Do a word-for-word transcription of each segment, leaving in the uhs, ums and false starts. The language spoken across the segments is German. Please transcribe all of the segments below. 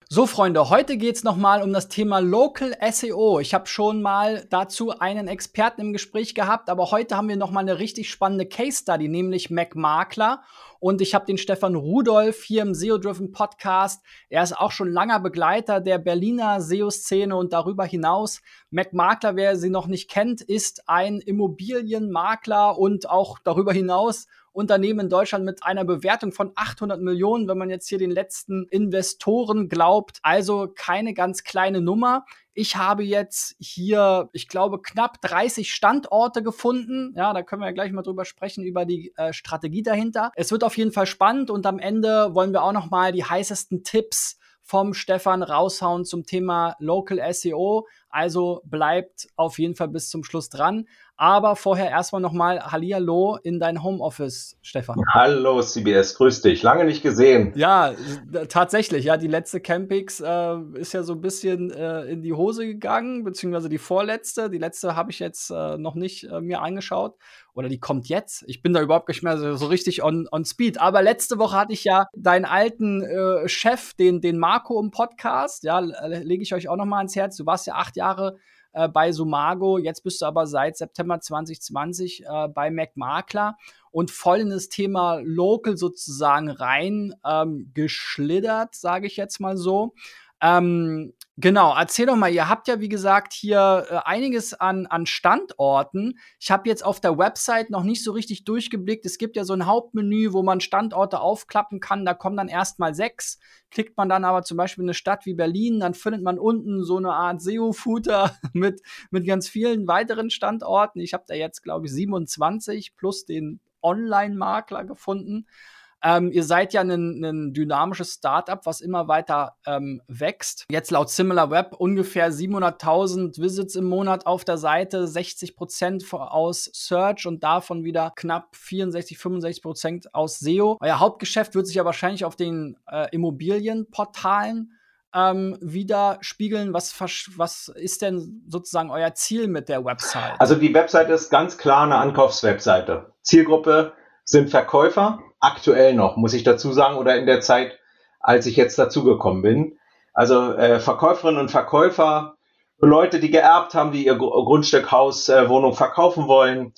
So, Freunde, heute geht's nochmal um das Thema Local S E O. Ich habe schon mal dazu einen Experten im Gespräch gehabt, aber heute haben wir nochmal eine richtig spannende Case Study, nämlich MacMakler. Und ich habe den Stefan Rudolph hier im S E O-Driven Podcast. Er ist auch schon langer Begleiter der Berliner S E O-Szene und darüber hinaus. MacMakler, wer sie noch nicht kennt, ist ein Immobilienmakler und auch darüber hinaus Unternehmen in Deutschland mit einer Bewertung von achthundert Millionen, wenn man jetzt hier den letzten Investoren glaubt. Also keine ganz kleine Nummer. Ich habe jetzt hier, ich glaube, knapp dreißig Standorte gefunden. Ja, da können wir ja gleich mal drüber sprechen, über die äh, Strategie dahinter. Es wird auf jeden Fall spannend und am Ende wollen wir auch noch mal die heißesten Tipps vom Stefan raushauen zum Thema Local S E O. Also bleibt auf jeden Fall bis zum Schluss dran. Aber vorher erstmal nochmal Hallihallo in dein Homeoffice, Stefan. Hallo C B S, grüß dich. Lange nicht gesehen. Ja, tatsächlich. Ja, die letzte Campix äh, ist ja so ein bisschen äh, in die Hose gegangen, beziehungsweise die vorletzte. Die letzte habe ich jetzt äh, noch nicht äh, mir angeschaut. Oder die kommt jetzt. Ich bin da überhaupt nicht mehr so, so richtig on, on speed. Aber letzte Woche hatte ich ja deinen alten äh, Chef, den, den Marco im Podcast. Ja, lege ich euch auch noch mal ans Herz. Du warst ja acht Jahre äh, bei Sumago. Jetzt bist du aber seit September zwanzig zwanzig äh, bei MacMakler und voll in das Thema Local sozusagen rein ähm, geschlittert, sage ich jetzt mal so. Ähm, genau, erzähl doch mal, ihr habt ja, wie gesagt, hier äh, einiges an, an Standorten. Ich habe jetzt auf der Website noch nicht so richtig durchgeblickt. Es gibt ja so ein Hauptmenü, wo man Standorte aufklappen kann. Da kommen dann erstmal sechs. Klickt man dann aber zum Beispiel eine Stadt wie Berlin, dann findet man unten so eine Art S E O-Footer mit, mit ganz vielen weiteren Standorten. Ich habe da jetzt, glaube ich, siebenundzwanzig plus den Online-Makler gefunden. Ähm, ihr seid ja ein, ein dynamisches Startup, was immer weiter ähm, wächst. Jetzt laut SimilarWeb ungefähr siebenhunderttausend Visits im Monat auf der Seite, sechzig Prozent aus Search und davon wieder knapp vierundsechzig, fünfundsechzig Prozent aus S E O. Euer Hauptgeschäft wird sich ja wahrscheinlich auf den äh, Immobilienportalen ähm, widerspiegeln. Was, was ist denn sozusagen euer Ziel mit der Website? Also die Website ist ganz klar eine Ankaufswebseite. Zielgruppe sind Verkäufer. Aktuell noch, muss ich dazu sagen, oder in der Zeit, als ich jetzt dazugekommen bin. Also äh, Verkäuferinnen und Verkäufer, Leute, die geerbt haben, die ihr Gr- Grundstück, Haus, äh, Wohnung verkaufen wollen,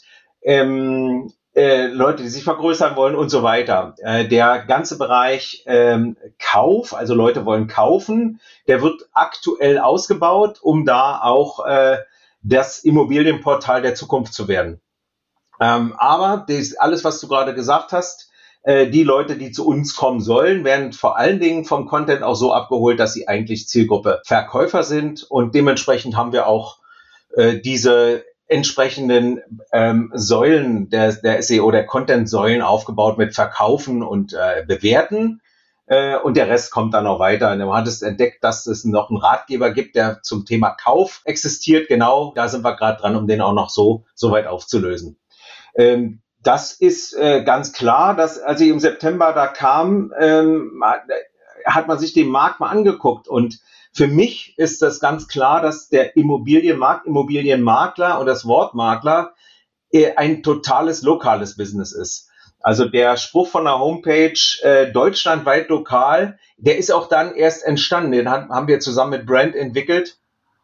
ähm, äh, Leute, die sich vergrößern wollen und so weiter. Äh, der ganze Bereich ähm, Kauf, also Leute wollen kaufen, der wird aktuell ausgebaut, um da auch äh, das Immobilienportal der Zukunft zu werden. Ähm, aber das, alles, was du gerade gesagt hast, die Leute, die zu uns kommen sollen, werden vor allen Dingen vom Content auch so abgeholt, dass sie eigentlich Zielgruppe Verkäufer sind und dementsprechend haben wir auch äh, diese entsprechenden ähm, Säulen der, der S E O, der Content-Säulen aufgebaut mit Verkaufen und äh, Bewerten äh, und der Rest kommt dann noch weiter. Du hattest entdeckt, dass es noch einen Ratgeber gibt, der zum Thema Kauf existiert. Genau, da sind wir gerade dran, um den auch noch so, so weit aufzulösen. Ähm, Das ist äh, ganz klar, dass als ich im September da kam, ähm, hat man sich den Markt mal angeguckt und für mich ist das ganz klar, dass der Immobilienmarkt, Immobilienmakler und das Wort Makler äh, ein totales lokales Business ist. Also der Spruch von der Homepage äh, deutschlandweit lokal, der ist auch dann erst entstanden. Den haben wir zusammen mit Brand entwickelt.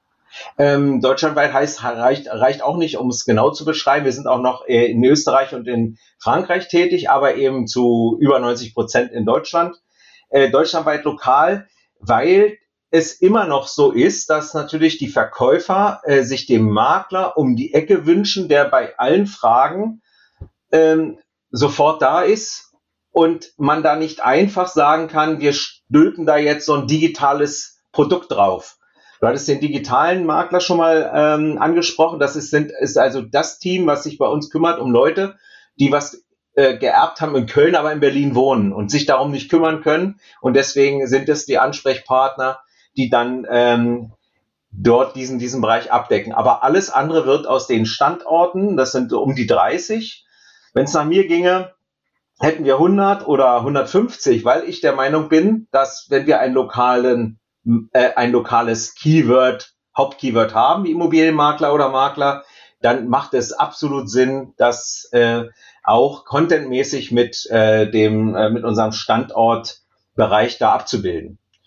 Ähm, deutschlandweit heißt, reicht, reicht auch nicht, um es genau zu beschreiben. Wir sind auch noch äh, in Österreich und in Frankreich tätig, aber eben zu über neunzig Prozent in Deutschland. Äh, deutschlandweit lokal, weil es immer noch so ist, dass natürlich die Verkäufer äh, sich dem Makler um die Ecke wünschen, der bei allen Fragen ähm, sofort da ist und man da nicht einfach sagen kann, wir stülpen da jetzt so ein digitales Produkt drauf. Du hattest den digitalen Makler schon mal ähm, angesprochen. Das ist, sind, ist also das Team, was sich bei uns kümmert um Leute, die was äh, geerbt haben in Köln, aber in Berlin wohnen und sich darum nicht kümmern können. Und deswegen sind es die Ansprechpartner, die dann ähm, dort diesen, diesen Bereich abdecken. Aber alles andere wird aus den Standorten, das sind um die dreißig. Wenn es nach mir ginge, hätten wir hundert oder hundertfünfzig, weil ich der Meinung bin, dass wenn wir einen lokalen ein lokales Keyword, Hauptkeyword haben, wie Immobilienmakler oder Makler, dann macht es absolut Sinn, das äh, auch contentmäßig mit äh, dem äh, mit unserem Standortbereich da abzubilden.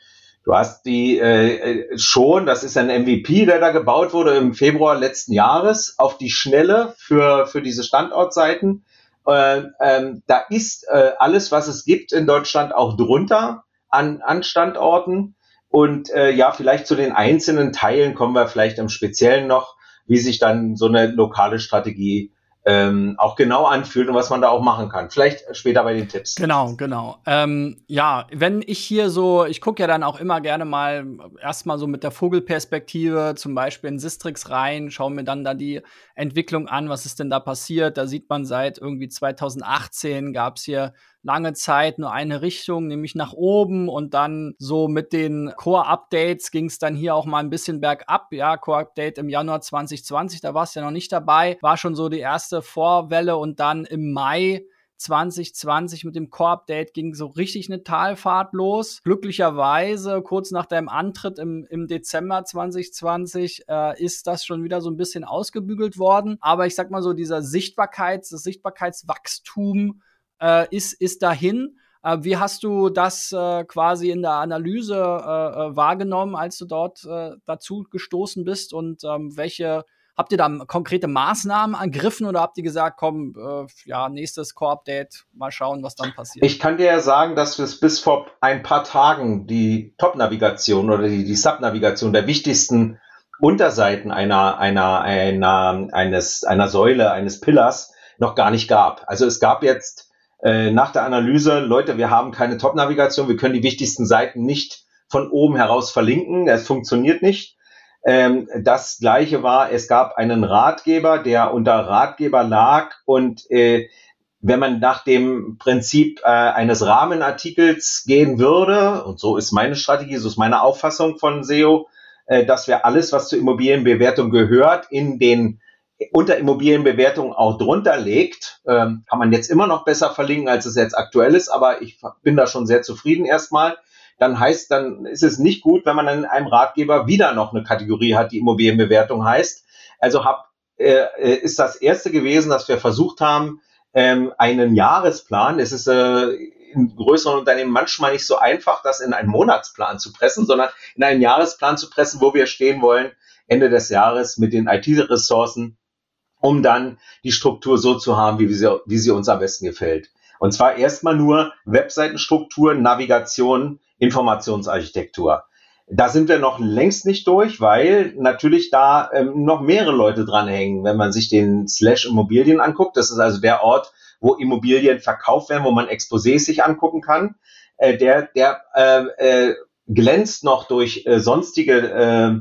Du hast die äh, schon, das ist ein M V P, der da gebaut wurde im Februar letzten Jahres, auf die Schnelle für, für diese Standortseiten. Äh, ähm, da ist äh, alles, was es gibt in Deutschland, auch drunter an, an Standorten. Und äh, ja, vielleicht zu den einzelnen Teilen kommen wir vielleicht im Speziellen noch, wie sich dann so eine lokale Strategie ähm, auch genau anfühlt und was man da auch machen kann. Vielleicht später bei den Tipps. Genau, genau. Ähm, ja, wenn ich hier so, ich gucke ja dann auch immer gerne mal erstmal so mit der Vogelperspektive, zum Beispiel in Sistrix rein, schaue mir dann da die Entwicklung an, was ist denn da passiert. Da sieht man, seit irgendwie zwanzig achtzehn gab es hier lange Zeit nur eine Richtung, nämlich nach oben, und dann so mit den Core-Updates ging es dann hier auch mal ein bisschen bergab. Ja, Core-Update im Januar zwanzig zwanzig, da war es ja noch nicht dabei, war schon so die erste Vorwelle, und dann im Mai zwanzig zwanzig mit dem Core-Update ging so richtig eine Talfahrt los. Glücklicherweise, kurz nach deinem Antritt im, im Dezember zwanzig zwanzig, äh, ist das schon wieder so ein bisschen ausgebügelt worden. Aber ich sag mal so, dieser Sichtbarkeits, das Sichtbarkeitswachstum äh, ist, ist dahin. Äh, wie hast du das äh, quasi in der Analyse äh, wahrgenommen, als du dort äh, dazu gestoßen bist? Und ähm, welche Habt ihr da konkrete Maßnahmen ergriffen oder habt ihr gesagt, komm, äh, ja, nächstes Core-Update, mal schauen, was dann passiert? Ich kann dir ja sagen, dass wir es bis vor ein paar Tagen die Top-Navigation oder die, die Sub-Navigation der wichtigsten Unterseiten einer, einer, einer, eines, einer Säule, eines Pillars noch gar nicht gab. Also es gab jetzt äh, nach der Analyse, Leute, wir haben keine Top-Navigation, wir können die wichtigsten Seiten nicht von oben heraus verlinken, das funktioniert nicht. Ähm, das Gleiche war, es gab einen Ratgeber, der unter Ratgeber lag, und äh, wenn man nach dem Prinzip äh, eines Rahmenartikels gehen würde, und so ist meine Strategie, so ist meine Auffassung von S E O, äh, dass wir alles, was zur Immobilienbewertung gehört, in den unter Immobilienbewertung auch drunter legt, ähm, kann man jetzt immer noch besser verlinken, als es jetzt aktuell ist, aber ich bin da schon sehr zufrieden erstmal. Dann heißt, dann ist es nicht gut, wenn man in einem Ratgeber wieder noch eine Kategorie hat, die Immobilienbewertung heißt. Also hab, äh, ist das erste gewesen, dass wir versucht haben, ähm, einen Jahresplan, es ist äh, in größeren Unternehmen manchmal nicht so einfach, das in einen Monatsplan zu pressen, sondern in einen Jahresplan zu pressen, wo wir stehen wollen, Ende des Jahres mit den I T-Ressourcen, um dann die Struktur so zu haben, wie sie, wie sie uns am besten gefällt. Und zwar erstmal nur Webseitenstruktur, Navigation, Informationsarchitektur. Da sind wir noch längst nicht durch, weil natürlich da ähm, noch mehrere Leute dranhängen. Wenn man sich den Slash Immobilien anguckt, das ist also der Ort, wo Immobilien verkauft werden, wo man Exposés sich angucken kann, äh, der, der äh, äh, glänzt noch durch äh, sonstige äh,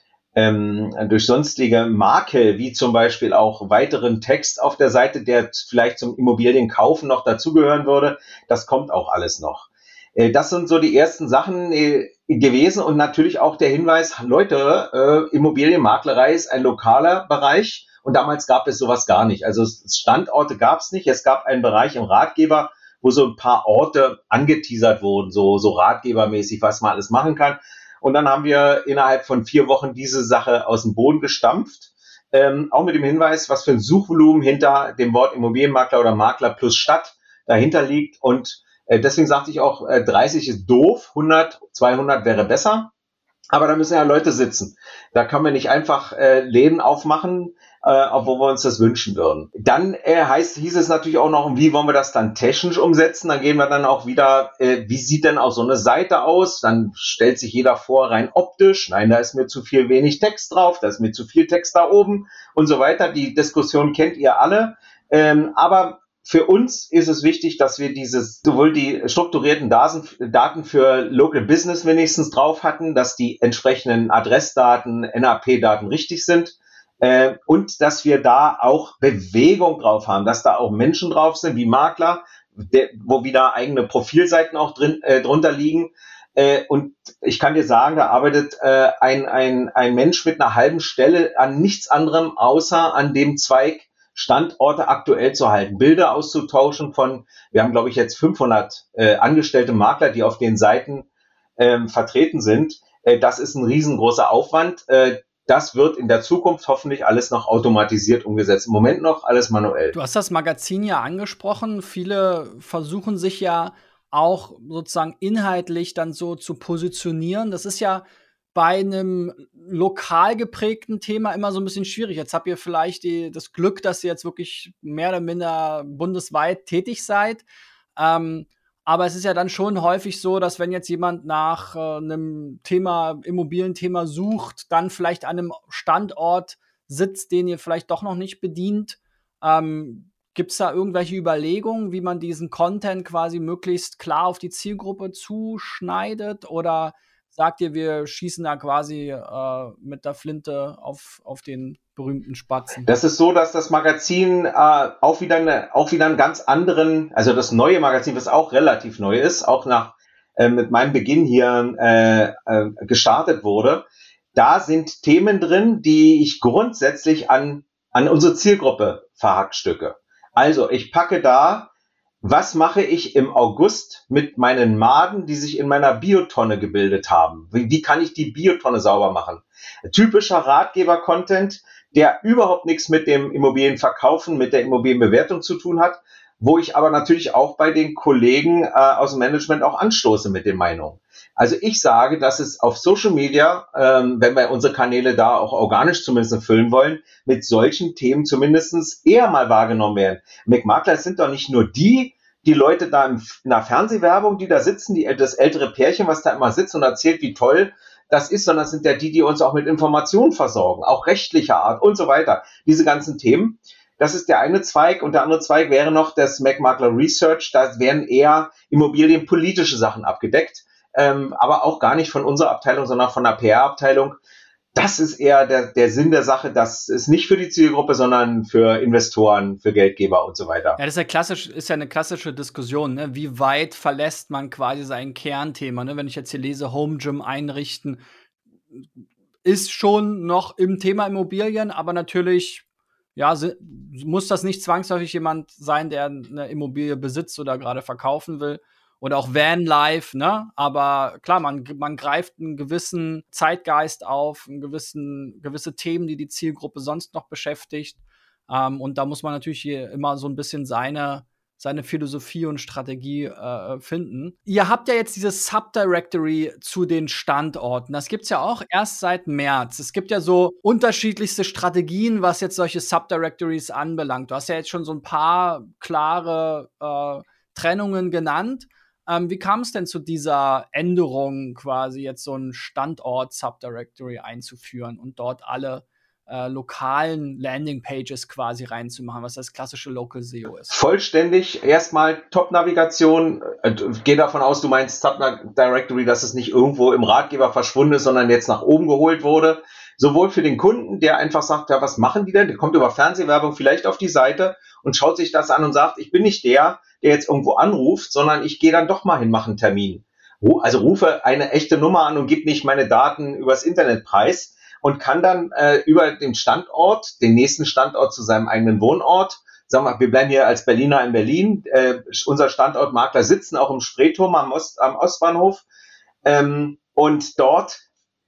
ähm, durch sonstige Makel, wie zum Beispiel auch weiteren Text auf der Seite, der vielleicht zum Immobilienkaufen noch dazugehören würde. Das kommt auch alles noch. Äh, das sind so die ersten Sachen äh, gewesen, und natürlich auch der Hinweis, Leute, äh, Immobilienmaklerei ist ein lokaler Bereich, und damals gab es sowas gar nicht. Also Standorte gab es nicht. Es gab einen Bereich im Ratgeber, wo so ein paar Orte angeteasert wurden, so, so ratgebermäßig, was man alles machen kann. Und dann haben wir innerhalb von vier Wochen diese Sache aus dem Boden gestampft. Ähm, auch mit dem Hinweis, was für ein Suchvolumen hinter dem Wort Immobilienmakler oder Makler plus Stadt dahinter liegt. Und äh, deswegen sagte ich auch, äh, dreißig ist doof, hundert, zweihundert wäre besser. Aber da müssen ja Leute sitzen. Da kann man nicht einfach äh, Läden aufmachen, äh, obwohl wir uns das wünschen würden. Dann äh, heißt, hieß es natürlich auch noch, wie wollen wir das dann technisch umsetzen? Dann gehen wir dann auch wieder, äh, wie sieht denn auch so eine Seite aus? Dann stellt sich jeder vor, rein optisch, nein, da ist mir zu viel wenig Text drauf, da ist mir zu viel Text da oben und so weiter. Die Diskussion kennt ihr alle. Ähm, aber für uns ist es wichtig, dass wir dieses, sowohl die strukturierten Daten für Local Business wenigstens drauf hatten, dass die entsprechenden Adressdaten, N A P-Daten richtig sind, äh, und dass wir da auch Bewegung drauf haben, dass da auch Menschen drauf sind, wie Makler, der, wo wieder eigene Profilseiten auch drin, äh, drunter liegen. Äh, und ich kann dir sagen, da arbeitet äh, ein, ein, ein Mensch mit einer halben Stelle an nichts anderem, außer an dem Zweig, Standorte aktuell zu halten, Bilder auszutauschen von, wir haben glaube ich jetzt fünfhundert äh, angestellte Makler, die auf den Seiten ähm, vertreten sind. Äh, das ist ein riesengroßer Aufwand. Äh, das wird in der Zukunft hoffentlich alles noch automatisiert umgesetzt. Im Moment noch alles manuell. Du hast das Magazin ja angesprochen. Viele versuchen sich ja auch sozusagen inhaltlich dann so zu positionieren? Das ist ja bei einem lokal geprägten Thema immer so ein bisschen schwierig. Jetzt habt ihr vielleicht die das Glück, dass ihr jetzt wirklich mehr oder minder bundesweit tätig seid. Ähm, aber es ist ja dann schon häufig so, dass wenn jetzt jemand nach äh, 'nem Thema Immobilienthema sucht, dann vielleicht an einem Standort sitzt, den ihr vielleicht doch noch nicht bedient. Ähm, Gibt's da irgendwelche Überlegungen, wie man diesen Content quasi möglichst klar auf die Zielgruppe zuschneidet? Oder sagt ihr, wir schießen da quasi äh, mit der Flinte auf, auf den berühmten Spatzen? Das ist so, dass das Magazin äh, auch wieder eine, auch wieder einen ganz anderen, also das neue Magazin, was auch relativ neu ist, auch nach äh, mit meinem Beginn hier äh, äh, gestartet wurde. Da sind Themen drin, die ich grundsätzlich an an unsere Zielgruppe verhackstücke. Also ich packe da, was mache ich im August mit meinen Maden, die sich in meiner Biotonne gebildet haben? Wie, wie kann ich die Biotonne sauber machen? Typischer Ratgeber-Content, der überhaupt nichts mit dem Immobilienverkaufen, mit der Immobilienbewertung zu tun hat, wo ich aber natürlich auch bei den Kollegen äh, aus dem Management auch anstoße mit den Meinungen. Also ich sage, dass es auf Social Media, ähm, wenn wir unsere Kanäle da auch organisch zumindest füllen wollen, mit solchen Themen zumindest eher mal wahrgenommen werden. McMakler sind doch nicht nur die, die Leute da in einer Fernsehwerbung, die da sitzen, die, das ältere Pärchen, was da immer sitzt und erzählt, wie toll das ist, sondern es sind ja die, die uns auch mit Informationen versorgen, auch rechtlicher Art und so weiter. Diese ganzen Themen. Das ist der eine Zweig und der andere Zweig wäre noch das McMakler Research. Da werden eher immobilienpolitische Sachen abgedeckt, ähm, aber auch gar nicht von unserer Abteilung, sondern von der P R-Abteilung. Das ist eher der, der Sinn der Sache. Das ist nicht für die Zielgruppe, sondern für Investoren, für Geldgeber und so weiter. Ja, das ist ja klassisch, ist ja eine klassische Diskussion, ne? Wie weit verlässt man quasi sein Kernthema, ne? Wenn ich jetzt hier lese, Home Gym einrichten, ist schon noch im Thema Immobilien, aber natürlich ja, si- muss das nicht zwangsläufig jemand sein, der eine Immobilie besitzt oder gerade verkaufen will. Oder auch Vanlife, ne? Aber klar, man, man greift einen gewissen Zeitgeist auf, einen gewissen, gewisse Themen, die die Zielgruppe sonst noch beschäftigt. Ähm, und da muss man natürlich hier immer so ein bisschen seine, seine Philosophie und Strategie äh, finden. Ihr habt ja jetzt dieses Subdirectory zu den Standorten. Das gibt's ja auch erst seit März. Es gibt ja so unterschiedlichste Strategien, was jetzt solche Subdirectories anbelangt. Du hast ja jetzt schon so ein paar klare äh, Trennungen genannt. Ähm, wie kam es denn zu dieser Änderung, quasi jetzt so ein Standort-Subdirectory einzuführen und dort alle äh, lokalen Landingpages quasi reinzumachen, was das klassische Local S E O ist? Vollständig, erstmal Top-Navigation. Äh, Gehe davon aus, du meinst Subdirectory, dass es nicht irgendwo im Ratgeber verschwunden ist, sondern jetzt nach oben geholt wurde. Sowohl für den Kunden, der einfach sagt, ja, was machen die denn? Der kommt über Fernsehwerbung vielleicht auf die Seite und schaut sich das an und sagt, ich bin nicht der, der jetzt irgendwo anruft, sondern ich gehe dann doch mal hin, mache einen Termin. Also rufe eine echte Nummer an und gebe nicht meine Daten übers Internet preis und kann dann äh, über den Standort, den nächsten Standort zu seinem eigenen Wohnort, sagen wir, wir bleiben hier als Berliner in Berlin, äh, unser Standortmakler sitzen auch im Spreeturm am, Ost, am Ostbahnhof ähm, und dort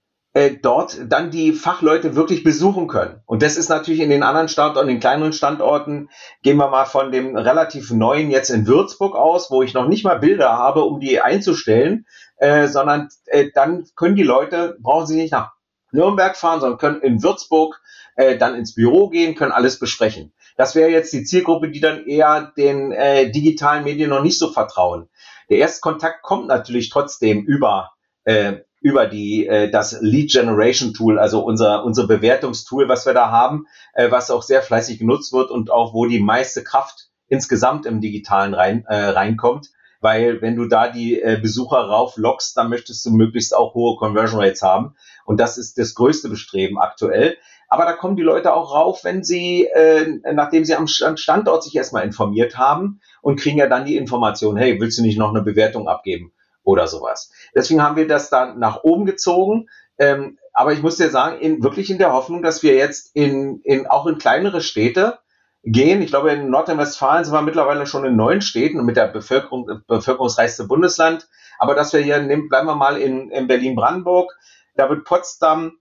äh, dort dann die Fachleute wirklich besuchen können. Und das ist natürlich in den anderen Standorten, in den kleineren Standorten, gehen wir mal von dem relativ neuen jetzt in Würzburg aus, wo ich noch nicht mal Bilder habe, um die einzustellen, äh, sondern äh, dann können die Leute, brauchen sie nicht nach Nürnberg fahren, sondern können in Würzburg äh, dann ins Büro gehen, können alles besprechen. Das wäre jetzt die Zielgruppe, die dann eher den äh, digitalen Medien noch nicht so vertrauen. Der erste Kontakt kommt natürlich trotzdem über äh, über die äh, das Lead Generation Tool, also unser unser Bewertungstool, was wir da haben, äh, was auch sehr fleißig genutzt wird und auch wo die meiste Kraft insgesamt im Digitalen rein äh, reinkommt, weil wenn du da die äh, Besucher rauflockst, dann möchtest du möglichst auch hohe Conversion Rates haben und das ist das größte Bestreben aktuell. Aber da kommen die Leute auch rauf, wenn sie, äh, nachdem sie am Standort sich erstmal informiert haben und kriegen ja dann die Information, hey, willst du nicht noch eine Bewertung abgeben? Oder sowas. Deswegen haben wir das dann nach oben gezogen. Ähm, aber ich muss dir sagen, in, wirklich in der Hoffnung, dass wir jetzt in, in, auch in kleinere Städte gehen. Ich glaube, in Nordrhein-Westfalen sind wir mittlerweile schon in neun Städten und mit der Bevölkerung, bevölkerungsreichste Bundesland. Aber dass wir hier nehmen, bleiben wir mal in, in Berlin-Brandenburg. Da wird Potsdam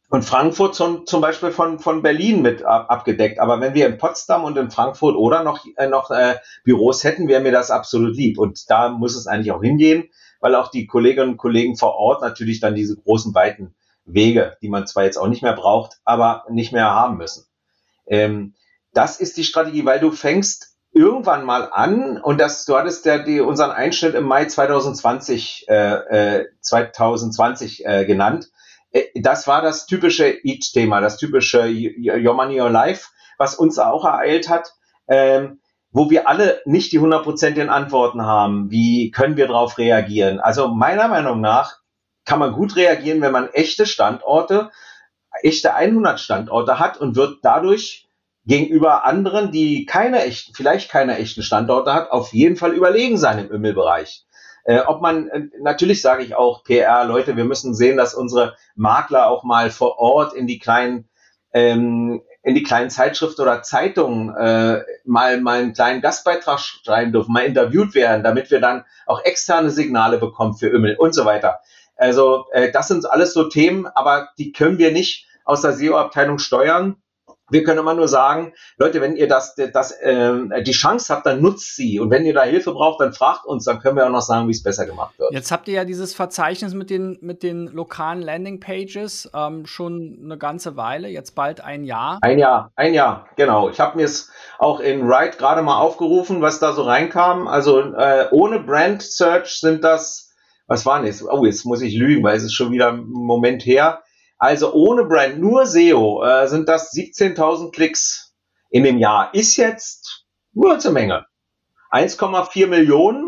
Und Frankfurt zum, zum Beispiel von, von Berlin mit ab, abgedeckt. Aber wenn wir in Potsdam und in Frankfurt oder noch, äh, noch äh, Büros hätten, wäre mir das absolut lieb. Und da muss es eigentlich auch hingehen, weil auch die Kolleginnen und Kollegen vor Ort natürlich dann diese großen, weiten Wege, die man zwar jetzt auch nicht mehr braucht, aber nicht mehr haben müssen. Ähm, das ist die Strategie, weil du fängst irgendwann mal an und das, du hattest ja die, unseren Einschnitt im Mai zwanzig zwanzig, äh, äh, zwanzig zwanzig äh, genannt. Das war das typische Eat-Thema, das typische Your Money, Your Life, was uns auch ereilt hat, ähm, wo wir alle nicht die hundertprozentigen Antworten haben. Wie können wir darauf reagieren? Also meiner Meinung nach kann man gut reagieren, wenn man echte Standorte, echte hundert Standorte hat und wird dadurch gegenüber anderen, die keine echten, vielleicht keine echten Standorte hat, auf jeden Fall überlegen sein im Immobilienbereich. Äh, ob man, äh, natürlich sage ich auch P R, Leute, wir müssen sehen, dass unsere Makler auch mal vor Ort in die kleinen, ähm, in die kleinen Zeitschriften oder Zeitungen äh, mal, mal einen kleinen Gastbeitrag schreiben dürfen, mal interviewt werden, damit wir dann auch externe Signale bekommen für Immel und so weiter. Also äh, das sind alles so Themen, aber die können wir nicht aus der S E O-Abteilung steuern. Wir können immer nur sagen, Leute, wenn ihr das, das, äh, die Chance habt, dann nutzt sie. Und wenn ihr da Hilfe braucht, dann fragt uns, dann können wir auch noch sagen, wie es besser gemacht wird. Jetzt habt ihr ja dieses Verzeichnis mit den, mit den lokalen Landingpages ähm, schon eine ganze Weile, jetzt bald ein Jahr. Ein Jahr, ein Jahr, genau. Ich habe mir es auch in Write gerade mal aufgerufen, was da so reinkam. Also äh, ohne Brand Search sind das, was waren das? Oh, jetzt muss ich lügen, weil es ist schon wieder ein Moment her. Also ohne Brand, nur S E O, äh, sind das siebzehntausend Klicks in dem Jahr. Ist jetzt nur eine Menge. eins Komma vier Millionen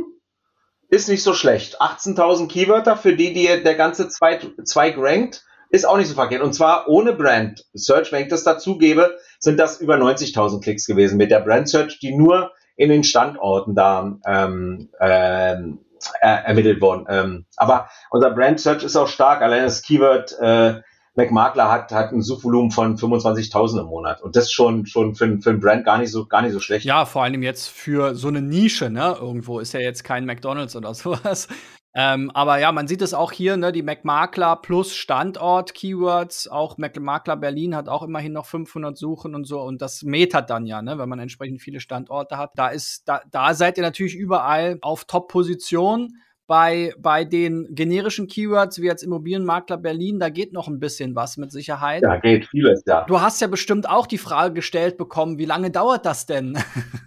ist nicht so schlecht. achtzehntausend Keywörter für die, die der ganze Zweig, Zweig rankt, ist auch nicht so verkehrt. Und zwar ohne Brand Search, wenn ich das dazu gebe, sind das über neunzigtausend Klicks gewesen mit der Brand Search, die nur in den Standorten da ähm, ähm, er, ermittelt wurden. Ähm, aber unser Brand Search ist auch stark. Allein das Keyword äh, McMakler hat, hat ein Suchvolumen von fünfundzwanzigtausend im Monat. Und das ist schon, schon für, für ein Brand gar nicht so, gar nicht so schlecht. Ja, vor allem jetzt für so eine Nische, ne? Irgendwo ist ja jetzt kein McDonald's oder sowas. Ähm, aber ja, man sieht es auch hier, ne? Die McMakler plus Standort-Keywords. Auch McMakler Berlin hat auch immerhin noch fünfhundert Suchen und so. Und das metert dann ja, ne? Wenn man entsprechend viele Standorte hat. Da ist, da, da seid ihr natürlich überall auf Top-Position. Bei, bei den generischen Keywords, wie jetzt Immobilienmakler Berlin, da geht noch ein bisschen was mit Sicherheit. Da geht vieles, ja. Du hast ja bestimmt auch die Frage gestellt bekommen, wie lange dauert das denn,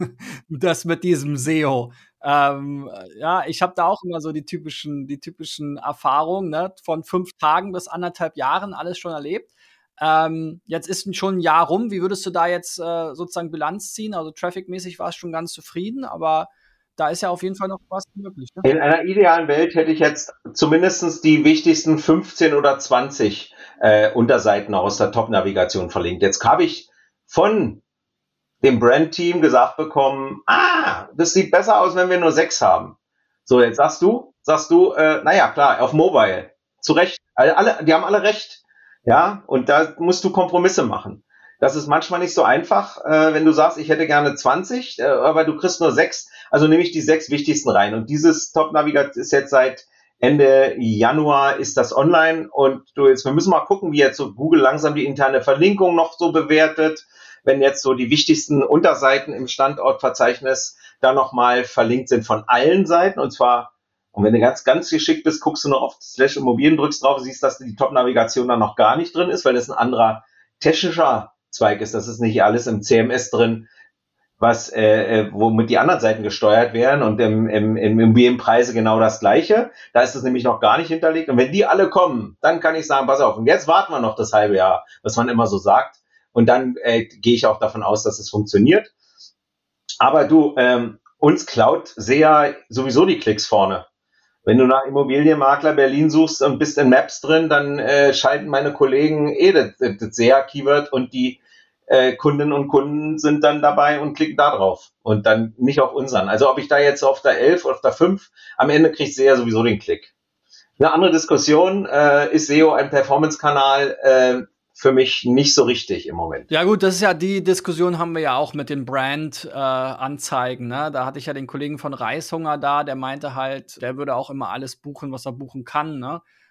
das mit diesem S E O? Ähm, ja, ich habe da auch immer so die typischen, die typischen Erfahrungen, ne? Von fünf Tagen bis anderthalb Jahren alles schon erlebt. Ähm, jetzt ist schon ein Jahr rum. Wie würdest du da jetzt äh, sozusagen Bilanz ziehen? Also trafficmäßig war es schon ganz zufrieden, aber da ist ja auf jeden Fall noch was möglich. Ne? In einer idealen Welt hätte ich jetzt zumindest die wichtigsten fünfzehn oder zwanzig äh, Unterseiten aus der Top-Navigation verlinkt. Jetzt habe ich von dem Brand-Team gesagt bekommen, ah, das sieht besser aus, wenn wir nur sechs haben. So, jetzt sagst du, sagst du, äh, naja, klar, auf Mobile. Zu Recht. Alle, alle, die haben alle recht. Ja, und da musst du Kompromisse machen. Das ist manchmal nicht so einfach, äh, wenn du sagst, ich hätte gerne zwanzig, äh, aber du kriegst nur sechs. Also nehme ich die sechs wichtigsten rein. Und dieses Top-Navigation ist jetzt seit Ende Januar ist das online. Und du jetzt, wir müssen mal gucken, wie jetzt so Google langsam die interne Verlinkung noch so bewertet. Wenn jetzt so die wichtigsten Unterseiten im Standortverzeichnis da nochmal verlinkt sind von allen Seiten. Und zwar, und wenn du ganz, ganz geschickt bist, guckst du nur auf Slash Immobilien, drückst drauf, siehst, dass die Top-Navigation da noch gar nicht drin ist, weil das ein anderer technischer Zweig ist. Das ist nicht alles im C M S drin, was äh, womit die anderen Seiten gesteuert werden und im, im, im Immobilienpreise genau das Gleiche. Da ist es nämlich noch gar nicht hinterlegt. Und wenn die alle kommen, dann kann ich sagen, pass auf, und jetzt warten wir noch das halbe Jahr, was man immer so sagt. Und dann äh, gehe ich auch davon aus, dass es funktioniert. Aber du, ähm, uns klaut sehr sowieso die Klicks vorne. Wenn du nach Immobilienmakler Berlin suchst und bist in Maps drin, dann äh, schalten meine Kollegen eh das, das S E A-Keyword und die äh, Kundinnen und Kunden sind dann dabei und klicken da drauf und dann nicht auf unseren. Also ob ich da jetzt auf der elf oder auf der fünf, am Ende kriegt S E A sowieso den Klick. Eine andere Diskussion, äh, ist S E O ein Performance-Kanal? Äh, für mich nicht so richtig im Moment. Ja gut, das ist ja die Diskussion haben wir ja auch mit den Brand-Anzeigen. Äh, ne? Da hatte ich ja den Kollegen von Reishunger da, der meinte halt, der würde auch immer alles buchen, was er buchen kann. Ne?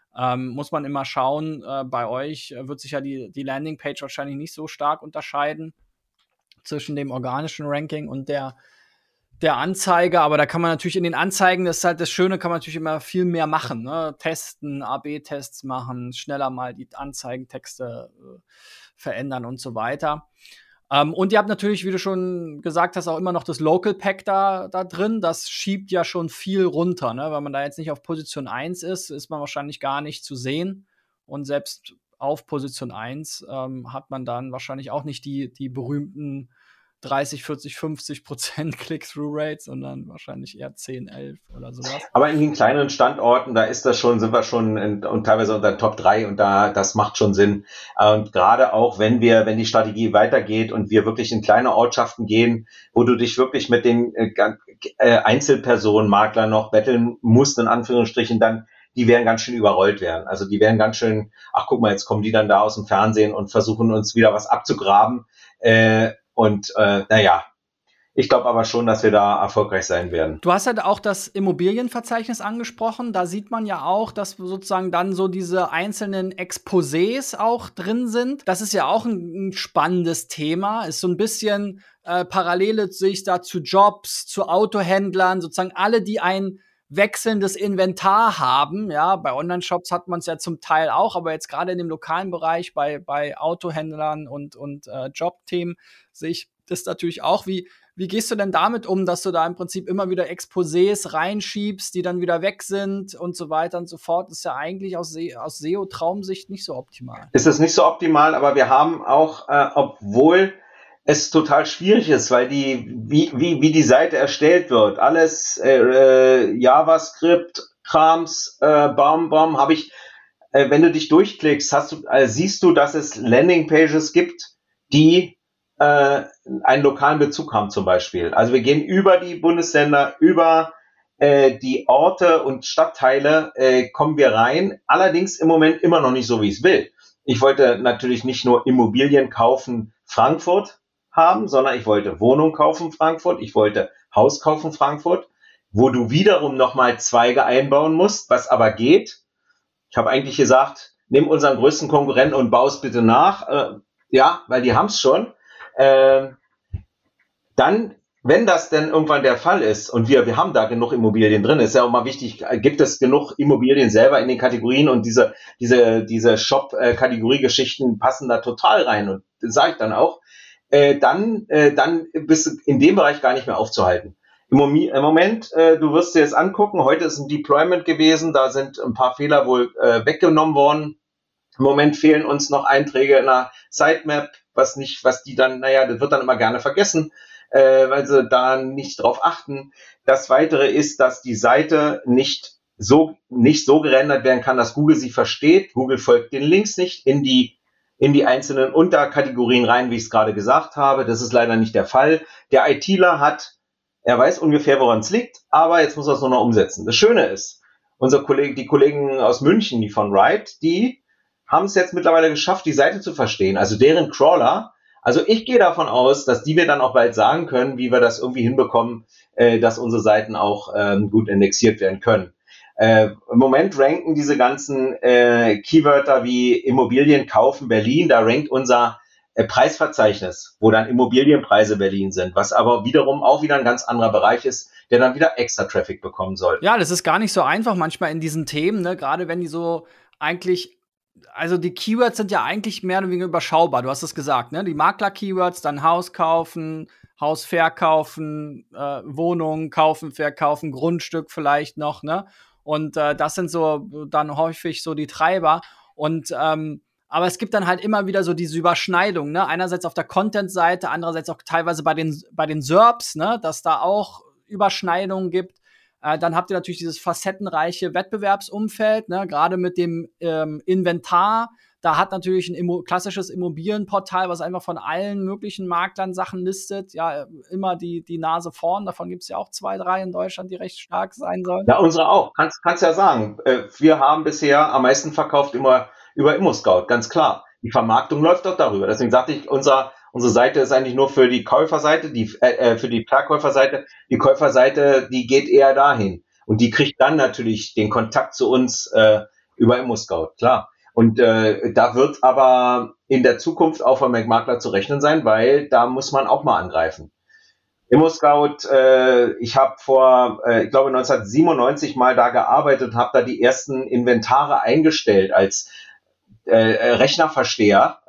Ähm, muss man immer schauen, äh, bei euch wird sich ja die, die Landingpage wahrscheinlich nicht so stark unterscheiden zwischen dem organischen Ranking und der, der Anzeige, aber da kann man natürlich in den Anzeigen, das ist halt das Schöne, kann man natürlich immer viel mehr machen, ne? Testen, A B Tests machen, schneller mal die Anzeigentexte äh, verändern und so weiter. Ähm, und ihr habt natürlich, wie du schon gesagt hast, auch immer noch das Local Pack da, da drin. Das schiebt ja schon viel runter, ne? Wenn man da jetzt nicht auf Position eins ist, ist man wahrscheinlich gar nicht zu sehen. Und selbst auf Position eins ähm, hat man dann wahrscheinlich auch nicht die, die berühmten dreißig, vierzig, fünfzig Prozent Click-Through-Rates, sondern wahrscheinlich eher zehn, elf oder sowas. Aber in den kleineren Standorten, da ist das schon, sind wir schon in, und teilweise unter Top drei und da, das macht schon Sinn. Und gerade auch, wenn wir, wenn die Strategie weitergeht und wir wirklich in kleine Ortschaften gehen, wo du dich wirklich mit den äh, Einzelpersonen, Maklern noch betteln musst, in Anführungsstrichen, dann, die werden ganz schön überrollt werden. Also die werden ganz schön, ach guck mal, jetzt kommen die dann da aus dem Fernsehen und versuchen uns wieder was abzugraben. Äh, und äh, naja, ich glaube aber schon, dass wir da erfolgreich sein werden. Du hast halt auch das Immobilienverzeichnis angesprochen. Da sieht man ja auch, dass sozusagen dann so diese einzelnen Exposés auch drin sind. Das ist ja auch ein, ein spannendes Thema. Ist so ein bisschen äh, Parallele sehe ich da zu Jobs, zu Autohändlern, sozusagen alle, die ein wechselndes Inventar haben. Ja, bei Online-Shops hat man es ja zum Teil auch, aber jetzt gerade in dem lokalen Bereich bei, bei Autohändlern und, und äh, Jobthemen sehe ich das natürlich auch. Wie, wie gehst du denn damit um, dass du da im Prinzip immer wieder Exposés reinschiebst, die dann wieder weg sind und so weiter und so fort? Das ist ja eigentlich aus, Se- aus S E O-Traumsicht nicht so optimal. Ist es nicht so optimal, aber wir haben auch, äh, obwohl es total schwierig ist, weil die, wie, wie, wie die Seite erstellt wird, alles äh, JavaScript, Krams, äh, Baum, Baum, habe ich, äh, wenn du dich durchklickst, hast du, äh, siehst du, dass es Landingpages gibt, die äh, einen lokalen Bezug haben zum Beispiel. Also wir gehen über die Bundesländer, über äh, die Orte und Stadtteile, äh, kommen wir rein, allerdings im Moment immer noch nicht so, wie ich es will. Ich wollte natürlich nicht nur Immobilien kaufen, Frankfurt, haben, sondern ich wollte Wohnung kaufen Frankfurt, ich wollte Haus kaufen Frankfurt, wo du wiederum nochmal Zweige einbauen musst, was aber geht. Ich habe eigentlich gesagt, nimm unseren größten Konkurrenten und bau es bitte nach. Äh, ja, weil die haben es schon. Äh, dann, wenn das denn irgendwann der Fall ist und wir, wir haben da genug Immobilien drin, ist ja auch mal wichtig, gibt es genug Immobilien selber in den Kategorien und diese, diese, diese Shop-Kategorie-Geschichten passen da total rein und das sage ich dann auch. Äh, dann, äh, dann bist du in dem Bereich gar nicht mehr aufzuhalten. Im, Momi- im Moment, äh, du wirst dir das angucken, heute ist ein Deployment gewesen, da sind ein paar Fehler wohl äh, weggenommen worden. Im Moment fehlen uns noch Einträge in der Sitemap, was nicht, was die dann, naja, das wird dann immer gerne vergessen, äh, weil sie da nicht drauf achten. Das Weitere ist, dass die Seite nicht so, nicht so gerendert werden kann, dass Google sie versteht. Google folgt den Links nicht in die in die einzelnen Unterkategorien rein, wie ich es gerade gesagt habe. Das ist leider nicht der Fall. Der ITler hat, er weiß ungefähr, woran es liegt, aber jetzt muss er es nur noch umsetzen. Das Schöne ist, unsere Kollegen, die Kollegen aus München, die von Ride, die haben es jetzt mittlerweile geschafft, die Seite zu verstehen, also deren Crawler. Also ich gehe davon aus, dass die mir dann auch bald sagen können, wie wir das irgendwie hinbekommen, äh, dass unsere Seiten auch ähm, gut indexiert werden können. Äh, Im Moment ranken diese ganzen äh, Keywörter wie Immobilien kaufen Berlin, da rankt unser äh, Preisverzeichnis, wo dann Immobilienpreise Berlin sind, was aber wiederum auch wieder ein ganz anderer Bereich ist, der dann wieder extra Traffic bekommen soll. Ja, das ist gar nicht so einfach manchmal in diesen Themen, ne? Gerade wenn die so eigentlich, also die Keywords sind ja eigentlich mehr oder weniger überschaubar. Du hast es gesagt, ne? Die Makler-Keywords, dann Haus kaufen, Haus verkaufen, äh, Wohnungen kaufen, verkaufen, Grundstück vielleicht noch, ne? Und äh, das sind so dann häufig so die Treiber. Und ähm, aber es gibt dann halt immer wieder so diese Überschneidung, ne? Einerseits auf der Content-Seite, andererseits auch teilweise bei den bei den S E R Ps, ne? Dass da auch Überschneidungen gibt. Äh, dann habt ihr natürlich dieses facettenreiche Wettbewerbsumfeld, ne? Gerade mit dem ähm, Inventar. Da hat natürlich ein immo- klassisches Immobilienportal, was einfach von allen möglichen Maklern Sachen listet, ja, immer die, die Nase vorn. Davon gibt es ja auch zwei, drei in Deutschland, die recht stark sein sollen. Ja, unsere auch. Kannst, kannst ja sagen. Äh, wir haben bisher am meisten verkauft immer über ImmoScout, ganz klar. Die Vermarktung läuft doch darüber. Deswegen sagte ich, unser, unsere Seite ist eigentlich nur für die Käuferseite, die, äh, für die Verkäuferseite. Die Käuferseite, die geht eher dahin. Und die kriegt dann natürlich den Kontakt zu uns, äh, über ImmoScout, klar. Und äh, da wird aber in der Zukunft auch von McMakler zu rechnen sein, weil da muss man auch mal angreifen. ImmoScout, äh, ich habe vor, äh, ich glaube neunzehnhundertsiebenundneunzig mal da gearbeitet und habe da die ersten Inventare eingestellt als äh, Rechnerversteher.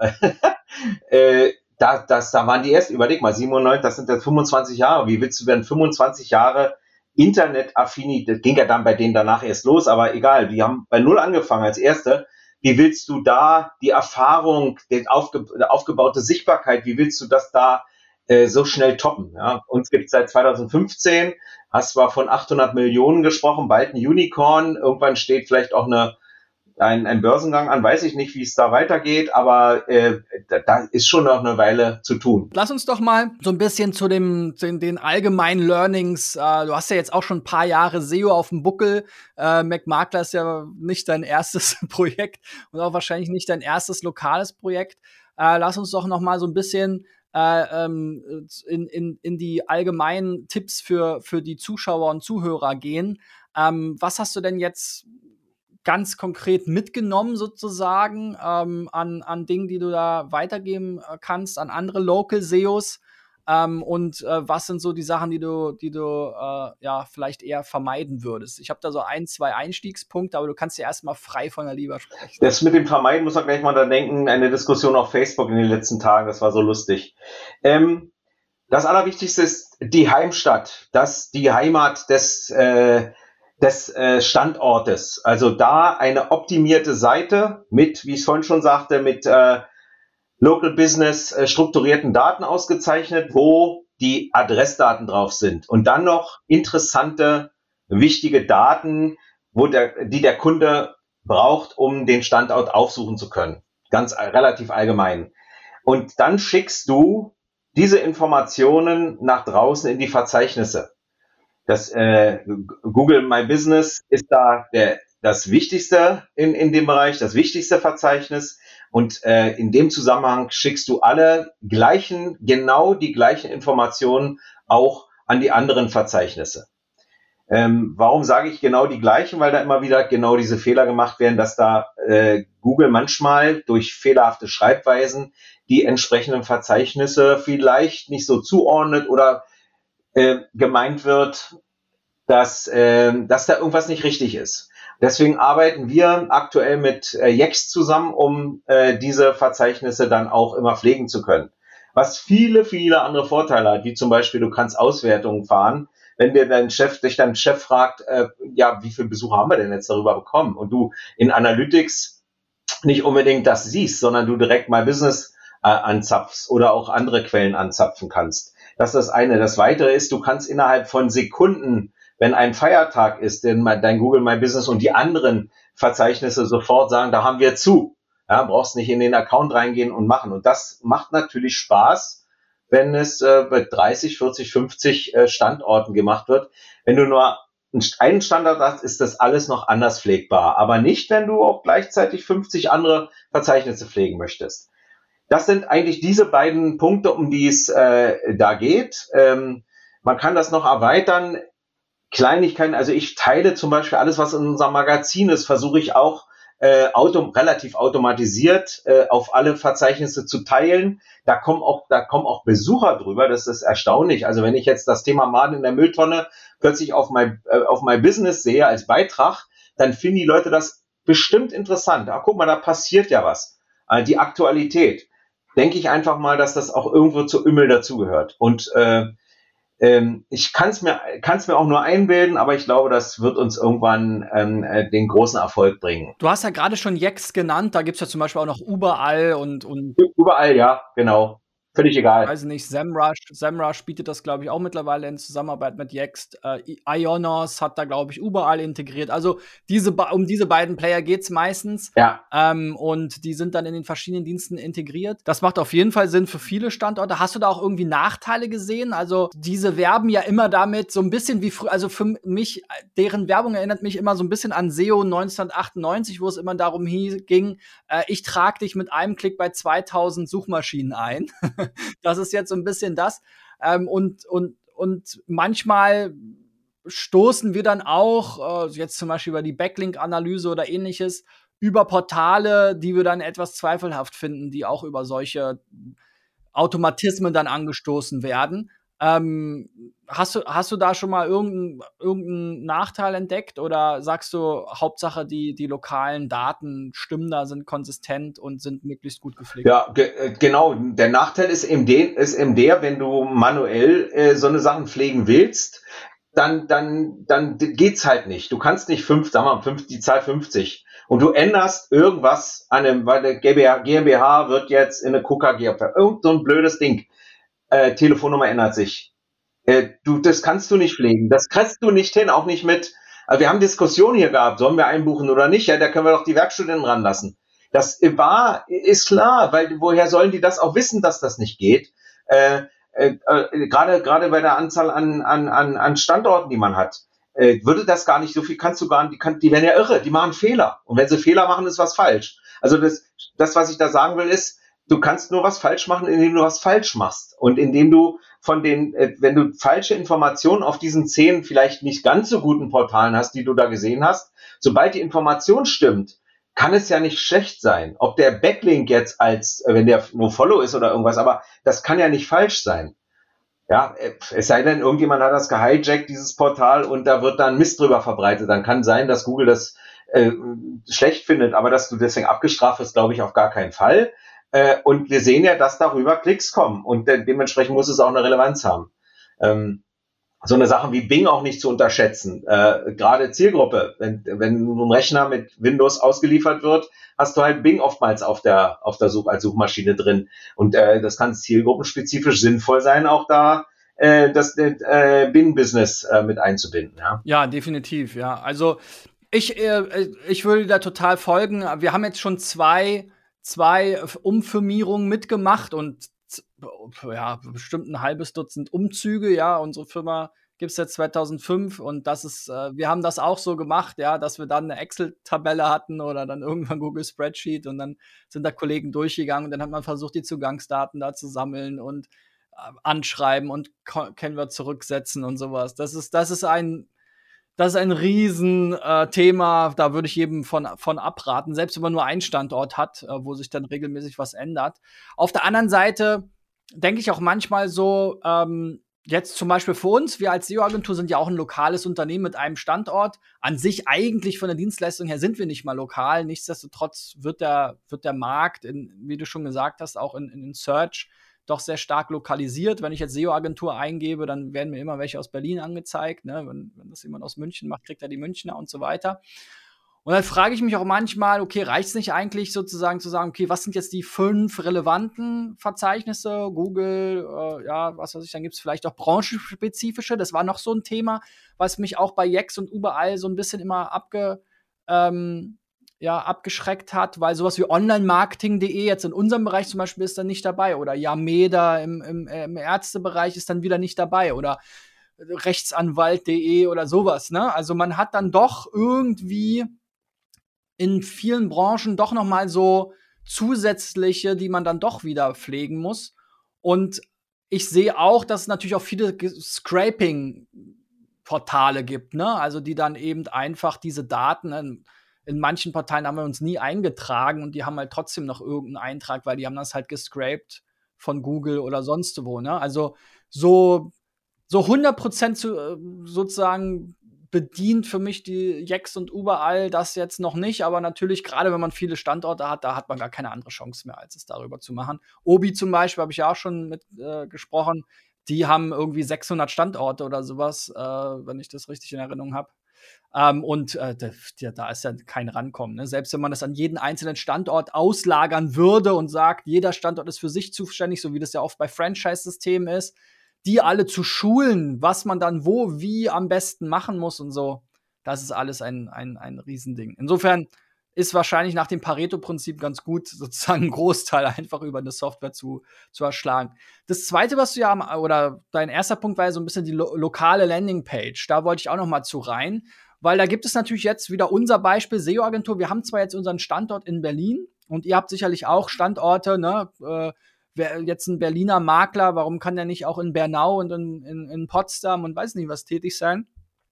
äh, da, das, da waren die ersten, überleg mal, siebenundneunzig, das sind jetzt fünfundzwanzig Jahre. Wie willst du denn fünfundzwanzig Jahre Internet-Affinität, das ging ja dann bei denen danach erst los, aber egal, die haben bei Null angefangen als Erste. Wie willst du da die Erfahrung, die aufge, aufgebaute Sichtbarkeit, wie willst du das da äh, so schnell toppen? Ja? Uns gibt es seit zweitausendfünfzehn, hast zwar von achthundert Millionen gesprochen, bald ein Unicorn, irgendwann steht vielleicht auch eine ein, ein Börsengang an, weiß ich nicht, wie es da weitergeht, aber äh, da, da ist schon noch eine Weile zu tun. Lass uns doch mal so ein bisschen zu dem, den, den allgemeinen Learnings. Äh, du hast ja jetzt auch schon ein paar Jahre S E O auf dem Buckel. Äh, McMakler ist ja nicht dein erstes Projekt und auch wahrscheinlich nicht dein erstes lokales Projekt. Äh, lass uns doch noch mal so ein bisschen äh, ähm, in, in, in die allgemeinen Tipps für, für die Zuschauer und Zuhörer gehen. Ähm, was hast du denn jetzt ganz konkret mitgenommen sozusagen ähm, an, an Dingen, die du da weitergeben äh, kannst, an andere Local S E Os? Ähm, und äh, was sind so die Sachen, die du, die du äh, ja vielleicht eher vermeiden würdest? Ich habe da so ein, zwei Einstiegspunkte, aber du kannst ja erstmal frei von der Leber sprechen. Das mit dem Vermeiden muss man gleich mal da denken, eine Diskussion auf Facebook in den letzten Tagen, das war so lustig. Ähm, das Allerwichtigste ist die Heimstadt, das die Heimat des äh, des äh, Standortes. Also da eine optimierte Seite mit, wie ich es vorhin schon sagte, mit äh, Local Business äh, strukturierten Daten ausgezeichnet, wo die Adressdaten drauf sind. Und dann noch interessante, wichtige Daten, wo der, die der Kunde braucht, um den Standort aufsuchen zu können. Ganz äh, relativ allgemein. Und dann schickst du diese Informationen nach draußen in die Verzeichnisse. Das äh, Google My Business ist da der, das Wichtigste in, in dem Bereich, das wichtigste Verzeichnis. Und äh, in dem Zusammenhang schickst du alle gleichen, genau die gleichen Informationen auch an die anderen Verzeichnisse. Ähm, warum sage ich genau die gleichen? Weil da immer wieder genau diese Fehler gemacht werden, dass da äh, Google manchmal durch fehlerhafte Schreibweisen die entsprechenden Verzeichnisse vielleicht nicht so zuordnet oder äh, gemeint wird, dass, äh, dass da irgendwas nicht richtig ist. Deswegen arbeiten wir aktuell mit äh, Yext zusammen, um äh, diese Verzeichnisse dann auch immer pflegen zu können. Was viele, viele andere Vorteile hat, wie zum Beispiel, du kannst Auswertungen fahren. Wenn dir dein Chef, dich dein Chef fragt, äh, ja, wie viele Besucher haben wir denn jetzt darüber bekommen? Und du in Analytics nicht unbedingt das siehst, sondern du direkt My Business äh, anzapfst oder auch andere Quellen anzapfen kannst. Das ist das eine. Das weitere ist, du kannst innerhalb von Sekunden, wenn ein Feiertag ist, denn dein Google My Business und die anderen Verzeichnisse sofort sagen, da haben wir zu. Ja, brauchst nicht in den Account reingehen und machen. Und das macht natürlich Spaß, wenn es äh, bei dreißig, vierzig, fünfzig äh, Standorten gemacht wird. Wenn du nur einen Standort hast, ist das alles noch anders pflegbar. Aber nicht, wenn du auch gleichzeitig fünfzig andere Verzeichnisse pflegen möchtest. Das sind eigentlich diese beiden Punkte, um die es äh, da geht. Ähm, man kann das noch erweitern. Kleinigkeiten, also ich teile zum Beispiel alles, was in unserem Magazin ist, versuche ich auch äh, auto, relativ automatisiert äh, auf alle Verzeichnisse zu teilen. Da kommen auch, da kommen auch Besucher drüber. Das ist erstaunlich. Also wenn ich jetzt das Thema Maden in der Mülltonne plötzlich auf mein, äh, auf mein Business sehe als Beitrag, dann finden die Leute das bestimmt interessant. Ach, guck mal, da passiert ja was. Äh, die Aktualität. Denke ich einfach mal, dass das auch irgendwo zu Ümmel dazugehört. Und äh, ähm, ich kann es mir, kann's mir auch nur einbilden, aber ich glaube, das wird uns irgendwann ähm, äh, den großen Erfolg bringen. Du hast ja gerade schon Yext genannt, da gibt es ja zum Beispiel auch noch überall und, und Überall, ja, genau. Völlig egal. weiß nicht, SEMrush, SEMrush bietet das, glaube ich, auch mittlerweile in Zusammenarbeit mit Yext. Äh, Ionos hat da, glaube ich, überall integriert. Also diese, um diese beiden Player geht's meistens. Ja. Ähm, und die sind dann in den verschiedenen Diensten integriert. Das macht auf jeden Fall Sinn für viele Standorte. Hast du da auch irgendwie Nachteile gesehen? Also diese werben ja immer damit so ein bisschen wie früher. Also für mich, deren Werbung erinnert mich immer so ein bisschen an S E O neunzehnhundertachtundneunzig, wo es immer darum ging, äh, ich trage dich mit einem Klick bei zweitausend Suchmaschinen ein. Das ist jetzt so ein bisschen das. Ähm, und, und, und manchmal stoßen wir dann auch, äh, jetzt zum Beispiel über die Backlink-Analyse oder Ähnliches, über Portale, die wir dann etwas zweifelhaft finden, die auch über solche Automatismen dann angestoßen werden. Ähm, hast du hast du da schon mal irgend 'n irgend 'n Nachteil entdeckt oder sagst du, Hauptsache die die lokalen Daten stimmen da, sind konsistent und sind möglichst gut gepflegt? Ja, ge äh, genau. Der Nachteil ist eben den ist eben der, wenn du manuell, äh, so 'ne Sachen pflegen willst, dann dann dann d geht's halt nicht. Du kannst nicht fünf, sagen wir mal, fünf die Zahl fünfzig und du änderst irgendwas an 'nem, weil 'ne GmbH GmbH wird jetzt in 'ne K K G irgend so 'n blödes Ding. Äh, Telefonnummer ändert sich. Äh, du, das kannst du nicht pflegen. Das kriegst du nicht hin, auch nicht mit. Also wir haben Diskussionen hier gehabt, sollen wir einbuchen oder nicht? Ja, da können wir doch die Werkstudenten ranlassen. Das war, ist klar, weil woher sollen die das auch wissen, dass das nicht geht? Äh, äh, äh, gerade gerade bei der Anzahl an, an, an, an Standorten, die man hat, äh, würde das gar nicht so viel, kannst du gar nicht, die, kann, die werden ja irre, die machen Fehler. Und wenn sie Fehler machen, ist was falsch. Also das, das, was ich da sagen will, ist, du kannst nur was falsch machen, indem du was falsch machst. Und indem du von den, äh, wenn du falsche Informationen auf diesen zehn vielleicht nicht ganz so guten Portalen hast, die du da gesehen hast, sobald die Information stimmt, kann es ja nicht schlecht sein. Ob der Backlink jetzt als, äh, wenn der No-Follow ist oder irgendwas, aber das kann ja nicht falsch sein. Ja, äh, es sei denn, irgendjemand hat das gehijackt, dieses Portal, und da wird dann Mist drüber verbreitet. Dann kann sein, dass Google das äh, schlecht findet, aber dass du deswegen abgestraft wirst, glaube ich, auf gar keinen Fall. Äh, und wir sehen ja, dass darüber Klicks kommen und de- dementsprechend muss es auch eine Relevanz haben. Ähm, so eine Sache wie Bing auch nicht zu unterschätzen. Äh, gerade Zielgruppe, wenn, wenn ein Rechner mit Windows ausgeliefert wird, hast du halt Bing oftmals auf der, auf der Such, als Suchmaschine drin. Und äh, das kann zielgruppenspezifisch sinnvoll sein, auch da äh, das äh, Bing-Business äh, mit einzubinden. Ja? Ja, definitiv, ja. Also ich, äh, ich würde da total folgen. Wir haben jetzt schon zwei zwei Umfirmierungen mitgemacht und z- ja, bestimmt ein halbes Dutzend Umzüge, ja. Unsere Firma gibt's seit zweitausendfünf und das ist, äh, wir haben das auch so gemacht, ja, dass wir dann eine Excel-Tabelle hatten oder dann irgendwann Google Spreadsheet und dann sind da Kollegen durchgegangen und dann hat man versucht, die Zugangsdaten da zu sammeln und äh, anschreiben und Ko- Kennwort zurücksetzen und sowas. Das ist, das ist ein das ist ein Riesenthema, äh, Thema. Da würde ich jedem von von abraten, selbst wenn man nur einen Standort hat, äh, wo sich dann regelmäßig was ändert. Auf der anderen Seite denke ich auch manchmal so, ähm, jetzt zum Beispiel für uns, wir als S E O-Agentur sind ja auch ein lokales Unternehmen mit einem Standort. An sich eigentlich von der Dienstleistung her sind wir nicht mal lokal. Nichtsdestotrotz wird der wird der Markt, in, wie du schon gesagt hast, auch in, in Search doch sehr stark lokalisiert. Wenn ich jetzt S E O-Agentur eingebe, dann werden mir immer welche aus Berlin angezeigt. Ne? Wenn, wenn das jemand aus München macht, kriegt er die Münchner und so weiter. Und dann frage ich mich auch manchmal, okay, reicht es nicht eigentlich sozusagen zu sagen, okay, was sind jetzt die fünf relevanten Verzeichnisse? Google, äh, ja, was weiß ich, dann gibt es vielleicht auch branchenspezifische. Das war noch so ein Thema, was mich auch bei Yext und überall so ein bisschen immer abge, ähm, ja, abgeschreckt hat, weil sowas wie Online-Marketing punkt de jetzt in unserem Bereich zum Beispiel ist dann nicht dabei oder Yameda im, im, im Ärztebereich ist dann wieder nicht dabei oder Rechtsanwalt punkt de oder sowas, ne? Also man hat dann doch irgendwie in vielen Branchen doch noch mal so zusätzliche, die man dann doch wieder pflegen muss. Und ich sehe auch, dass es natürlich auch viele Ge- Scraping-Portale gibt, ne? Also die dann eben einfach diese Daten in, in manchen Portalen haben wir uns nie eingetragen und die haben halt trotzdem noch irgendeinen Eintrag, weil die haben das halt gescraped von Google oder sonst wo, ne? Also so so hundert Prozent zu, äh, sozusagen bedient für mich die Yext und überall das jetzt noch nicht, aber natürlich, gerade wenn man viele Standorte hat, da hat man gar keine andere Chance mehr, als es darüber zu machen. Obi zum Beispiel, habe ich ja auch schon mit äh, gesprochen, die haben irgendwie sechshundert Standorte oder sowas, äh, wenn ich das richtig in Erinnerung habe. Ähm, und äh, da, ja, da ist ja kein Rankommen. Ne? Selbst wenn man das an jeden einzelnen Standort auslagern würde und sagt, jeder Standort ist für sich zuständig, so wie das ja oft bei Franchise-Systemen ist, die alle zu schulen, was man dann wo, wie am besten machen muss und so, das ist alles ein, ein, ein Riesending. Insofern ist wahrscheinlich nach dem Pareto-Prinzip ganz gut, sozusagen einen Großteil einfach über eine Software zu, zu erschlagen. Das Zweite, was du ja, am, oder dein erster Punkt war ja so ein bisschen die lo lokale Landingpage. Da wollte ich auch noch mal zu rein, weil da gibt es natürlich jetzt wieder unser Beispiel, S E O-Agentur. Wir haben zwar jetzt unseren Standort in Berlin und ihr habt sicherlich auch Standorte, ne, äh, wer jetzt ein Berliner Makler, warum kann der nicht auch in Bernau und in, in, in Potsdam und weiß nicht was tätig sein?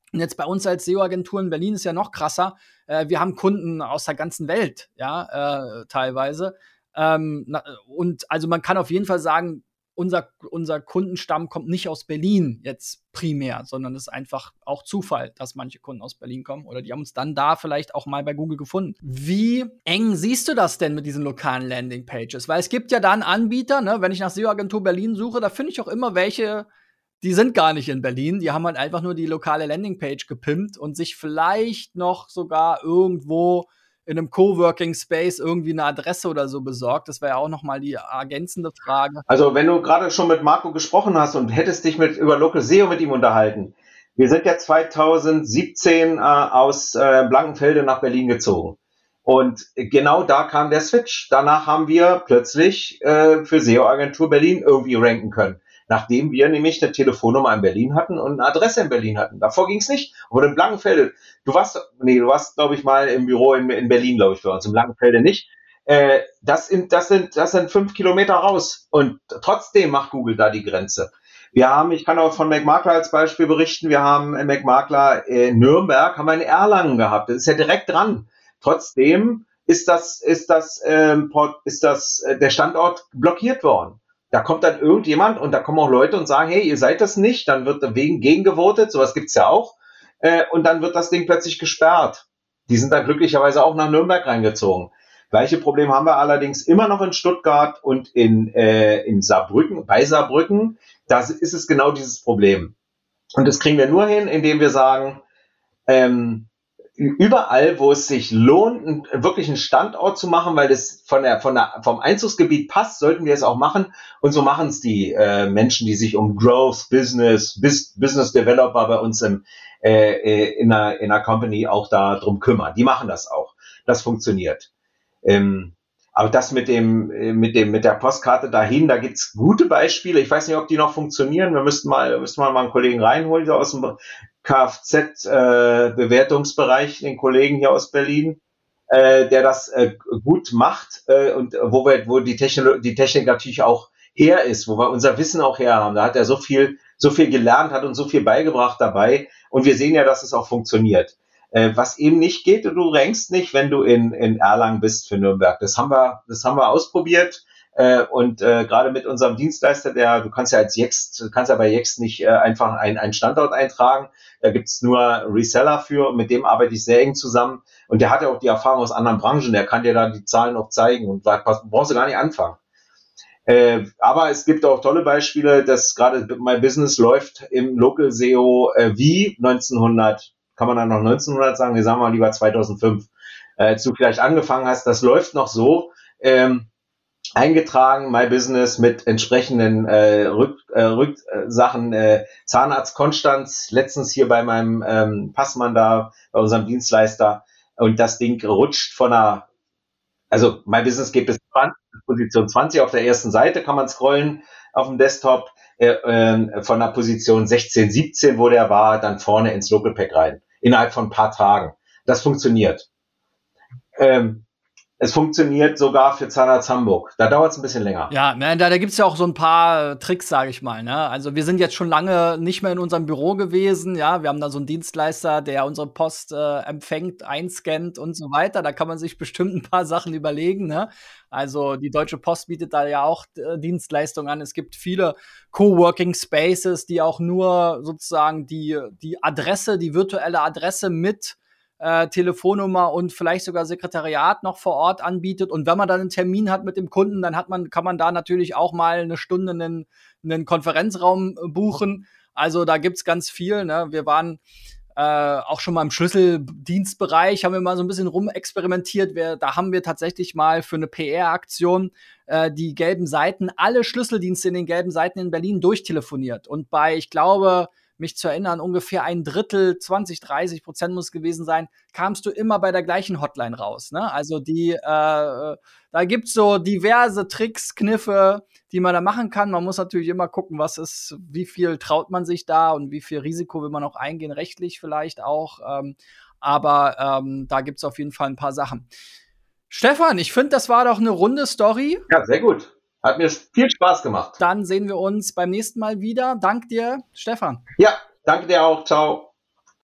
Und jetzt bei uns als S E O-Agentur in Berlin ist ja noch krasser. Äh, wir haben Kunden aus der ganzen Welt, ja, äh, teilweise. Ähm, na, und also man kann auf jeden Fall sagen, unser, unser Kundenstamm kommt nicht aus Berlin jetzt primär, sondern es ist einfach auch Zufall, dass manche Kunden aus Berlin kommen oder die haben uns dann da vielleicht auch mal bei Google gefunden. Wie eng siehst du das denn mit diesen lokalen Landingpages? Weil es gibt ja dann Anbieter, ne, wenn ich nach S E O-Agentur Berlin suche, da finde ich auch immer welche, die sind gar nicht in Berlin, die haben halt einfach nur die lokale Landingpage gepimpt und sich vielleicht noch sogar irgendwo in einem Coworking-Space irgendwie eine Adresse oder so besorgt. Das wäre ja auch noch mal die ergänzende Frage. Also wenn du gerade schon mit Marco gesprochen hast und hättest dich mit über Local S E O mit ihm unterhalten. Wir sind ja zwanzig siebzehn äh, aus äh, Blankenfelde nach Berlin gezogen. Und genau da kam der Switch. Danach haben wir plötzlich äh, für S E O-Agentur Berlin irgendwie ranken können. Nachdem wir nämlich eine Telefonnummer in Berlin hatten und eine Adresse in Berlin hatten. Davor ging es nicht. Und in Blankenfelde, du warst, nee, du warst, glaube ich, mal im Büro in, in Berlin, glaube ich, bei uns, in Blankenfelde nicht. Äh, das, sind, das, sind, das sind fünf Kilometer raus. Und trotzdem macht Google da die Grenze. Wir haben, ich kann auch von McMakler als Beispiel berichten, wir haben in McMakler in Nürnberg, haben wir in Erlangen gehabt. Das ist ja direkt dran. Trotzdem ist das, ist das, ähm, ist das, äh, der Standort blockiert worden. Da kommt dann irgendjemand und da kommen auch Leute und sagen, hey, ihr seid das nicht, dann wird wegen gegengevotet, sowas gibt's ja auch, äh, und dann wird das Ding plötzlich gesperrt. Die sind dann glücklicherweise auch nach Nürnberg reingezogen. Gleiche Problem haben wir allerdings immer noch in Stuttgart und in, äh, in Saarbrücken, bei Saarbrücken, da ist es genau dieses Problem. Und das kriegen wir nur hin, indem wir sagen, ähm, überall, wo es sich lohnt, wirklich einen Standort zu machen, weil das von der, von der, vom Einzugsgebiet passt, sollten wir es auch machen. Und so machen es die äh, Menschen, die sich um Growth, Business, Bis, Business Developer bei uns im, äh, in, einer, in einer Company auch da drum kümmern. Die machen das auch. Das funktioniert. Ähm, aber das mit dem, mit dem, mit der Postkarte dahin, da gibt's gute Beispiele. Ich weiß nicht, ob die noch funktionieren. Wir müssten mal, müssten wir mal einen Kollegen reinholen, so aus dem Kfz-Bewertungsbereich, äh, den Kollegen hier aus Berlin, äh, der das äh, gut macht äh, und wo wir, wo die Technik, die Technik natürlich auch her ist, wo wir unser Wissen auch her haben. Da hat er so viel, so viel gelernt, hat uns so viel beigebracht dabei und wir sehen ja, dass es auch funktioniert. Äh, was eben nicht geht, du rankst nicht, wenn du in, in Erlangen bist für Nürnberg. Das haben wir, das haben wir ausprobiert. Äh, und äh, gerade mit unserem Dienstleister, der, du kannst ja als Yext, du kannst ja bei Yext nicht äh, einfach einen, einen Standort eintragen. Da gibt's nur Reseller für und mit dem arbeite ich sehr eng zusammen. Und der hat ja auch die Erfahrung aus anderen Branchen, der kann dir da die Zahlen auch zeigen und da brauchst du gar nicht anfangen. Äh, aber es gibt auch tolle Beispiele, dass gerade My Business läuft im Local S E O äh, wie neunzehnhundert, kann man dann noch neunzehnhundert sagen, wir sagen mal lieber zweitausendfünf, äh, als du vielleicht angefangen hast, das läuft noch so, ähm, eingetragen, My Business mit entsprechenden äh, Rück, äh, Rücksachen, äh, Zahnarzt Konstanz, letztens hier bei meinem ähm, Passmann da, bei unserem Dienstleister, und das Ding rutscht von einer, also My Business geht bis zwanzig, Position zwanzig auf der ersten Seite, kann man scrollen auf dem Desktop, äh, äh, von der Position sechzehn, siebzehn, wo der war, dann vorne ins Local Pack rein, innerhalb von ein paar Tagen. Das funktioniert. Ähm, Es funktioniert sogar für Zahnarzt Hamburg. Da dauert es ein bisschen länger. Ja, da, da gibt's ja auch so ein paar äh, Tricks, sage ich mal. Ne? Also wir sind jetzt schon lange nicht mehr in unserem Büro gewesen. Ja, wir haben da so einen Dienstleister, der unsere Post äh, empfängt, einscannt und so weiter. Da kann man sich bestimmt ein paar Sachen überlegen. Ne? Also die Deutsche Post bietet da ja auch äh, Dienstleistungen an. Es gibt viele Coworking Spaces, die auch nur sozusagen die die Adresse, die virtuelle Adresse mit Äh, Telefonnummer und vielleicht sogar Sekretariat noch vor Ort anbietet. Und wenn man dann einen Termin hat mit dem Kunden, dann hat man, kann man da natürlich auch mal eine Stunde einen, einen Konferenzraum buchen. Also da gibt's ganz viel. Ne? Wir waren äh, auch schon mal im Schlüsseldienstbereich, haben wir mal so ein bisschen rumexperimentiert. Wir, da haben wir tatsächlich mal für eine P R-Aktion äh, die gelben Seiten, alle Schlüsseldienste in den gelben Seiten in Berlin durchtelefoniert. Und bei, ich glaube, mich zu erinnern, ungefähr ein Drittel, zwanzig, dreißig Prozent muss gewesen sein, kamst du immer bei der gleichen Hotline raus. Ne? Also die, äh, da gibt's so diverse Tricks, Kniffe, die man da machen kann. Man muss natürlich immer gucken, was ist, wie viel traut man sich da und wie viel Risiko will man auch eingehen, rechtlich vielleicht auch. Ähm, aber ähm, da gibt's auf jeden Fall ein paar Sachen. Stefan, ich finde, das war doch eine runde Story. Ja, sehr gut. Hat mir viel Spaß gemacht. Dann sehen wir uns beim nächsten Mal wieder. Dank dir, Stefan. Ja, danke dir auch. Ciao.